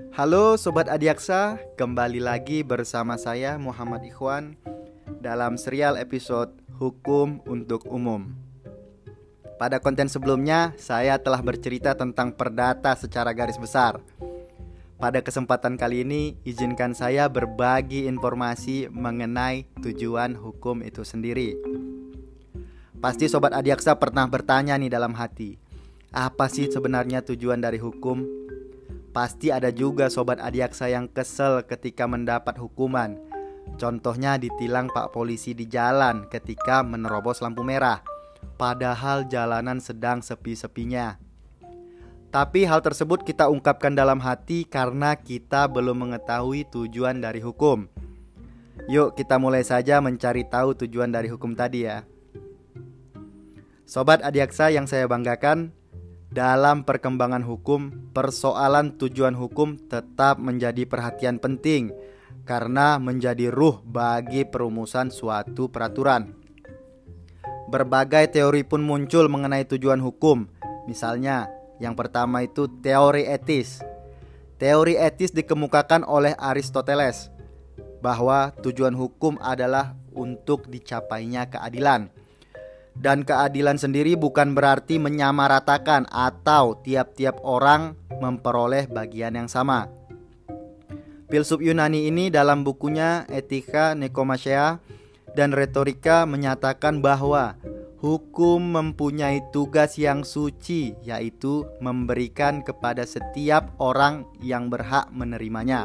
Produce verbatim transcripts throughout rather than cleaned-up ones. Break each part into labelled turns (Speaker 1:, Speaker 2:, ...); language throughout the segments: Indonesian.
Speaker 1: Halo Sobat Adiaksa, kembali lagi bersama saya Muhammad Ikhwan dalam serial episode Hukum untuk Umum. Pada konten sebelumnya, saya telah bercerita tentang perdata secara garis besar. Pada kesempatan kali ini, izinkan saya berbagi informasi mengenai tujuan hukum itu sendiri. Pasti Sobat Adiaksa pernah bertanya nih dalam hati, apa sih sebenarnya tujuan dari hukum? Pasti ada juga Sobat Adiaksa yang kesel ketika mendapat hukuman. Contohnya ditilang Pak Polisi di jalan ketika menerobos lampu merah, padahal jalanan sedang sepi-sepinya. Tapi hal tersebut kita ungkapkan dalam hati karena kita belum mengetahui tujuan dari hukum. Yuk kita mulai saja mencari tahu tujuan dari hukum tadi ya. Sobat Adiaksa yang saya banggakan, dalam perkembangan hukum, persoalan tujuan hukum tetap menjadi perhatian penting karena menjadi ruh bagi perumusan suatu peraturan. Berbagai teori pun muncul mengenai tujuan hukum. Misalnya, yang pertama itu teori etis. Teori etis dikemukakan oleh Aristoteles bahwa tujuan hukum adalah untuk dicapainya keadilan. Dan keadilan sendiri bukan berarti menyamaratakan atau tiap-tiap orang memperoleh bagian yang sama. Filsuf Yunani ini dalam bukunya Etika, Nikomacheia, dan Retorika menyatakan bahwa hukum mempunyai tugas yang suci, yaitu memberikan kepada setiap orang yang berhak menerimanya.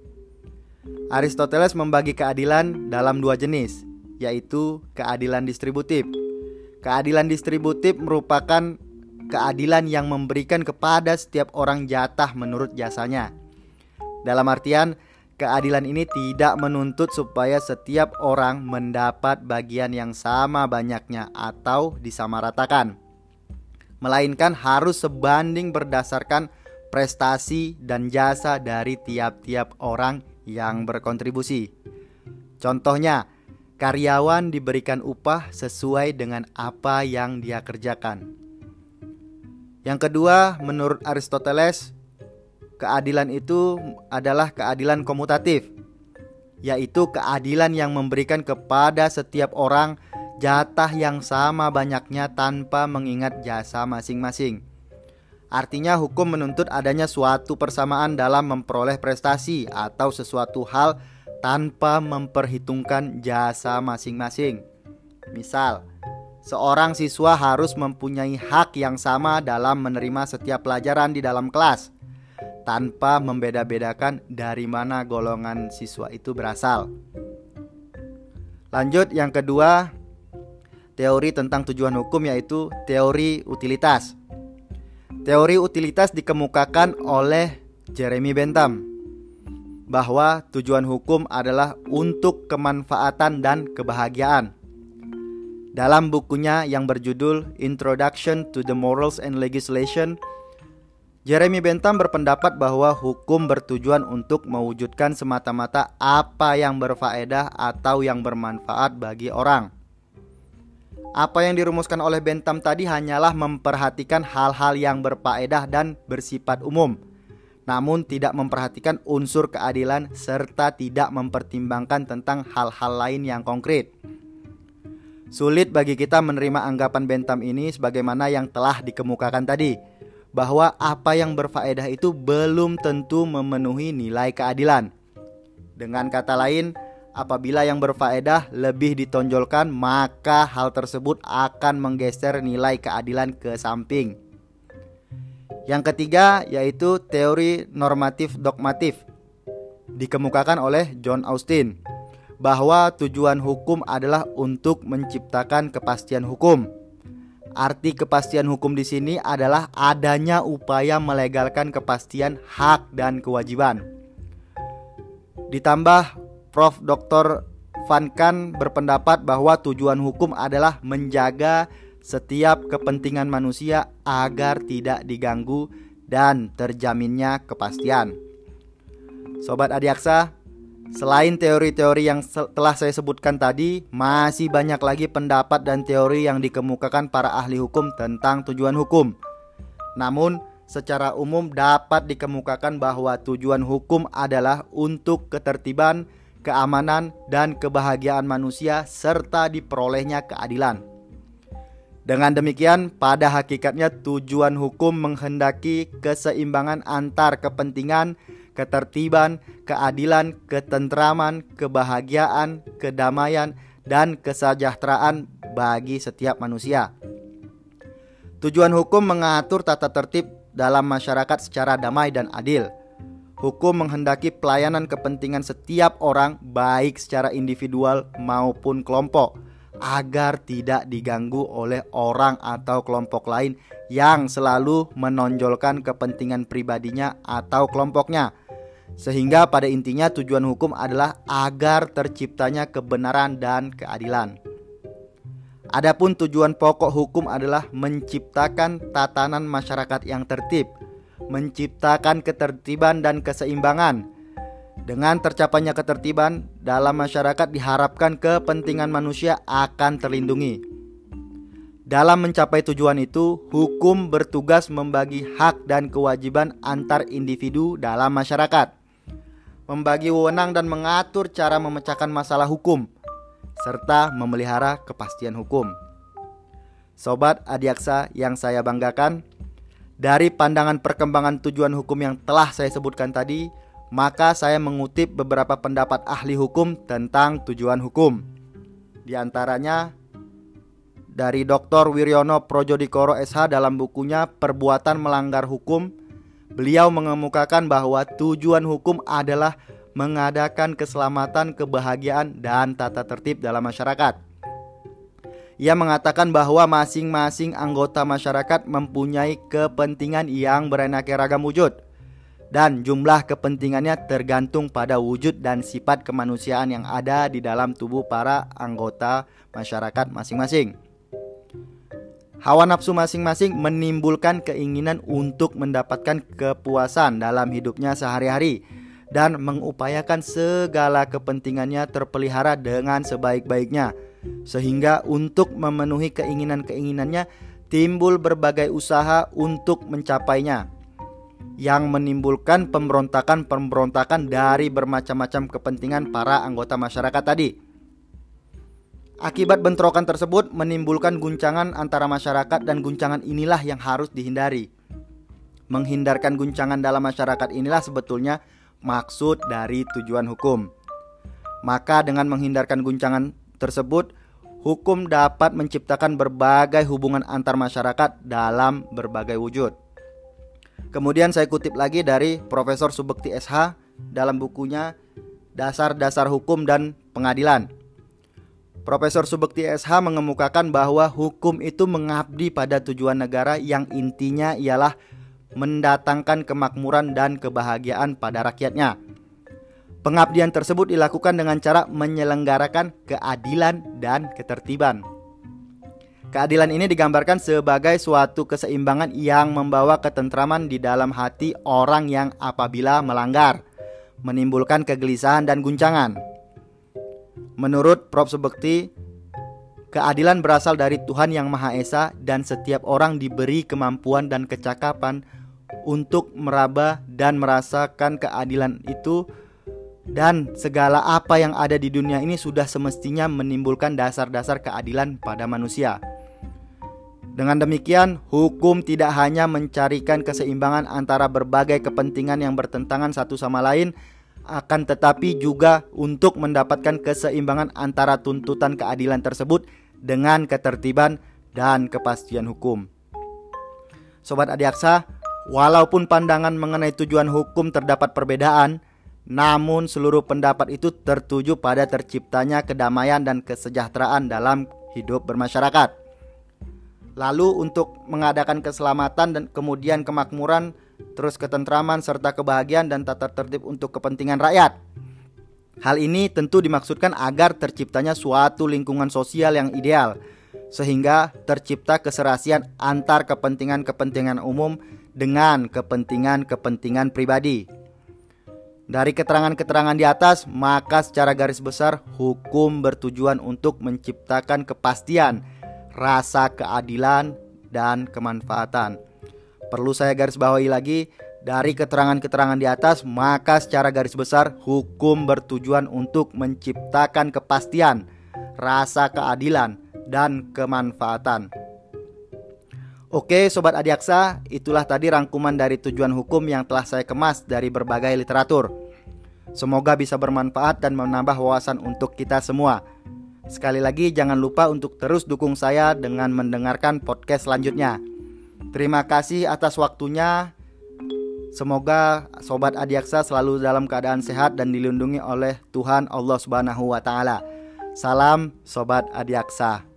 Speaker 1: Aristoteles membagi keadilan dalam dua jenis, yaitu keadilan distributif. Keadilan distributif merupakan keadilan yang memberikan kepada setiap orang jatah menurut jasanya. Dalam artian, keadilan ini tidak menuntut supaya setiap orang mendapat bagian yang sama banyaknya atau disamaratakan, melainkan harus sebanding berdasarkan prestasi dan jasa dari tiap-tiap orang yang berkontribusi. Contohnya, karyawan diberikan upah sesuai dengan apa yang dia kerjakan. Yang kedua, menurut Aristoteles, keadilan itu adalah keadilan komutatif, yaitu keadilan yang memberikan kepada setiap orang jatah yang sama banyaknya tanpa mengingat jasa masing-masing. Artinya hukum menuntut adanya suatu persamaan dalam memperoleh prestasi atau sesuatu hal tanpa memperhitungkan jasa masing-masing. Misal, seorang siswa harus mempunyai hak yang sama dalam menerima setiap pelajaran di dalam kelas, tanpa membeda-bedakan dari mana golongan siswa itu berasal. Lanjut, yang kedua, teori tentang tujuan hukum yaitu teori utilitas. Teori utilitas dikemukakan oleh Jeremy Bentham bahwa tujuan hukum adalah untuk kemanfaatan dan kebahagiaan. Dalam bukunya yang berjudul Introduction to the Morals and Legislation, Jeremy Bentham berpendapat bahwa hukum bertujuan untuk mewujudkan semata-mata apa yang berfaedah atau yang bermanfaat bagi orang. Apa yang dirumuskan oleh Bentham tadi hanyalah memperhatikan hal-hal yang berfaedah dan bersifat umum, namun tidak memperhatikan unsur keadilan serta tidak mempertimbangkan tentang hal-hal lain yang konkret. Sulit bagi kita menerima anggapan Bentham ini sebagaimana yang telah dikemukakan tadi, bahwa apa yang berfaedah itu belum tentu memenuhi nilai keadilan. Dengan kata lain, apabila yang berfaedah lebih ditonjolkan, maka hal tersebut akan menggeser nilai keadilan ke samping. Yang ketiga yaitu teori normatif dogmatif, dikemukakan oleh John Austin, bahwa tujuan hukum adalah untuk menciptakan kepastian hukum. Arti kepastian hukum di sini adalah adanya upaya melegalkan kepastian hak dan kewajiban. Ditambah, Profesor Doktor Van Kan berpendapat bahwa tujuan hukum adalah menjaga setiap kepentingan manusia agar tidak diganggu dan terjaminnya kepastian. Sobat Adiaksa, selain teori-teori yang telah saya sebutkan tadi, masih banyak lagi pendapat dan teori yang dikemukakan para ahli hukum tentang tujuan hukum. Namun, secara umum dapat dikemukakan bahwa tujuan hukum adalah untuk ketertiban, keamanan, dan kebahagiaan manusia serta diperolehnya keadilan. Dengan demikian, pada hakikatnya tujuan hukum menghendaki keseimbangan antar kepentingan, ketertiban, keadilan, ketentraman, kebahagiaan, kedamaian, dan kesejahteraan bagi setiap manusia. Tujuan hukum mengatur tata tertib dalam masyarakat secara damai dan adil. Hukum menghendaki pelayanan kepentingan setiap orang, baik secara individual maupun kelompok, agar tidak diganggu oleh orang atau kelompok lain yang selalu menonjolkan kepentingan pribadinya atau kelompoknya. Sehingga pada intinya tujuan hukum adalah agar terciptanya kebenaran dan keadilan. Adapun tujuan pokok hukum adalah menciptakan tatanan masyarakat yang tertib, menciptakan ketertiban dan keseimbangan. Dengan tercapainya ketertiban dalam masyarakat diharapkan kepentingan manusia akan terlindungi. Dalam mencapai tujuan itu, hukum bertugas membagi hak dan kewajiban antar individu dalam masyarakat, membagi wewenang dan mengatur cara memecahkan masalah hukum, serta memelihara kepastian hukum. Sobat Adiaksa yang saya banggakan, dari pandangan perkembangan tujuan hukum yang telah saya sebutkan tadi, maka saya mengutip beberapa pendapat ahli hukum tentang tujuan hukum. Di antaranya dari doktor Wiryono Projodikoro S H dalam bukunya Perbuatan Melanggar Hukum, beliau mengemukakan bahwa tujuan hukum adalah mengadakan keselamatan, kebahagiaan, dan tata tertib dalam masyarakat. Ia mengatakan bahwa masing-masing anggota masyarakat mempunyai kepentingan yang beraneka ragam wujud, dan jumlah kepentingannya tergantung pada wujud dan sifat kemanusiaan yang ada di dalam tubuh para anggota masyarakat masing-masing. Hawa nafsu masing-masing menimbulkan keinginan untuk mendapatkan kepuasan dalam hidupnya sehari-hari dan mengupayakan segala kepentingannya terpelihara dengan sebaik-baiknya, sehingga untuk memenuhi keinginan-keinginannya timbul berbagai usaha untuk mencapainya, yang menimbulkan pemberontakan-pemberontakan dari bermacam-macam kepentingan para anggota masyarakat tadi. Akibat bentrokan tersebut menimbulkan guncangan antara masyarakat, dan guncangan inilah yang harus dihindari. Menghindarkan guncangan dalam masyarakat inilah sebetulnya maksud dari tujuan hukum. Maka dengan menghindarkan guncangan tersebut, hukum dapat menciptakan berbagai hubungan antar masyarakat dalam berbagai wujud. Kemudian saya kutip lagi dari Profesor Subekti S H dalam bukunya Dasar-Dasar Hukum dan Pengadilan. Profesor Subekti S H mengemukakan bahwa hukum itu mengabdi pada tujuan negara yang intinya ialah mendatangkan kemakmuran dan kebahagiaan pada rakyatnya. Pengabdian tersebut dilakukan dengan cara menyelenggarakan keadilan dan ketertiban. Keadilan ini digambarkan sebagai suatu keseimbangan yang membawa ketentraman di dalam hati orang yang apabila melanggar, menimbulkan kegelisahan dan guncangan. Menurut Profesor Subekti, keadilan berasal dari Tuhan Yang Maha Esa, dan setiap orang diberi kemampuan dan kecakapan untuk meraba dan merasakan keadilan itu, dan segala apa yang ada di dunia ini sudah semestinya menimbulkan dasar-dasar keadilan pada manusia. Dengan demikian, hukum tidak hanya mencarikan keseimbangan antara berbagai kepentingan yang bertentangan satu sama lain, akan tetapi juga untuk mendapatkan keseimbangan antara tuntutan keadilan tersebut dengan ketertiban dan kepastian hukum. Sobat Adiaksa, walaupun pandangan mengenai tujuan hukum terdapat perbedaan, namun seluruh pendapat itu tertuju pada terciptanya kedamaian dan kesejahteraan dalam hidup bermasyarakat. Lalu untuk mengadakan keselamatan dan kemudian kemakmuran, terus ketentraman serta kebahagiaan dan tata tertib untuk kepentingan rakyat. Hal ini tentu dimaksudkan agar terciptanya suatu lingkungan sosial yang ideal, sehingga tercipta keserasian antar kepentingan-kepentingan umum dengan kepentingan-kepentingan pribadi. Dari keterangan-keterangan di atas, maka secara garis besar hukum bertujuan untuk menciptakan kepastian, rasa keadilan, dan kemanfaatan. Perlu saya garis bawahi lagi, dari keterangan-keterangan di atas, maka secara garis besar hukum bertujuan untuk menciptakan kepastian, rasa keadilan, dan kemanfaatan. Oke Sobat Adiaksa, itulah tadi rangkuman dari tujuan hukum yang telah saya kemas dari berbagai literatur. Semoga bisa bermanfaat dan menambah wawasan untuk kita semua. Sekali lagi jangan lupa untuk terus dukung saya dengan mendengarkan podcast selanjutnya. Terima kasih atas waktunya. Semoga Sobat Adiaksa selalu dalam keadaan sehat dan dilindungi oleh Tuhan Allah Subhanahu wa Ta'ala. Salam Sobat Adiaksa.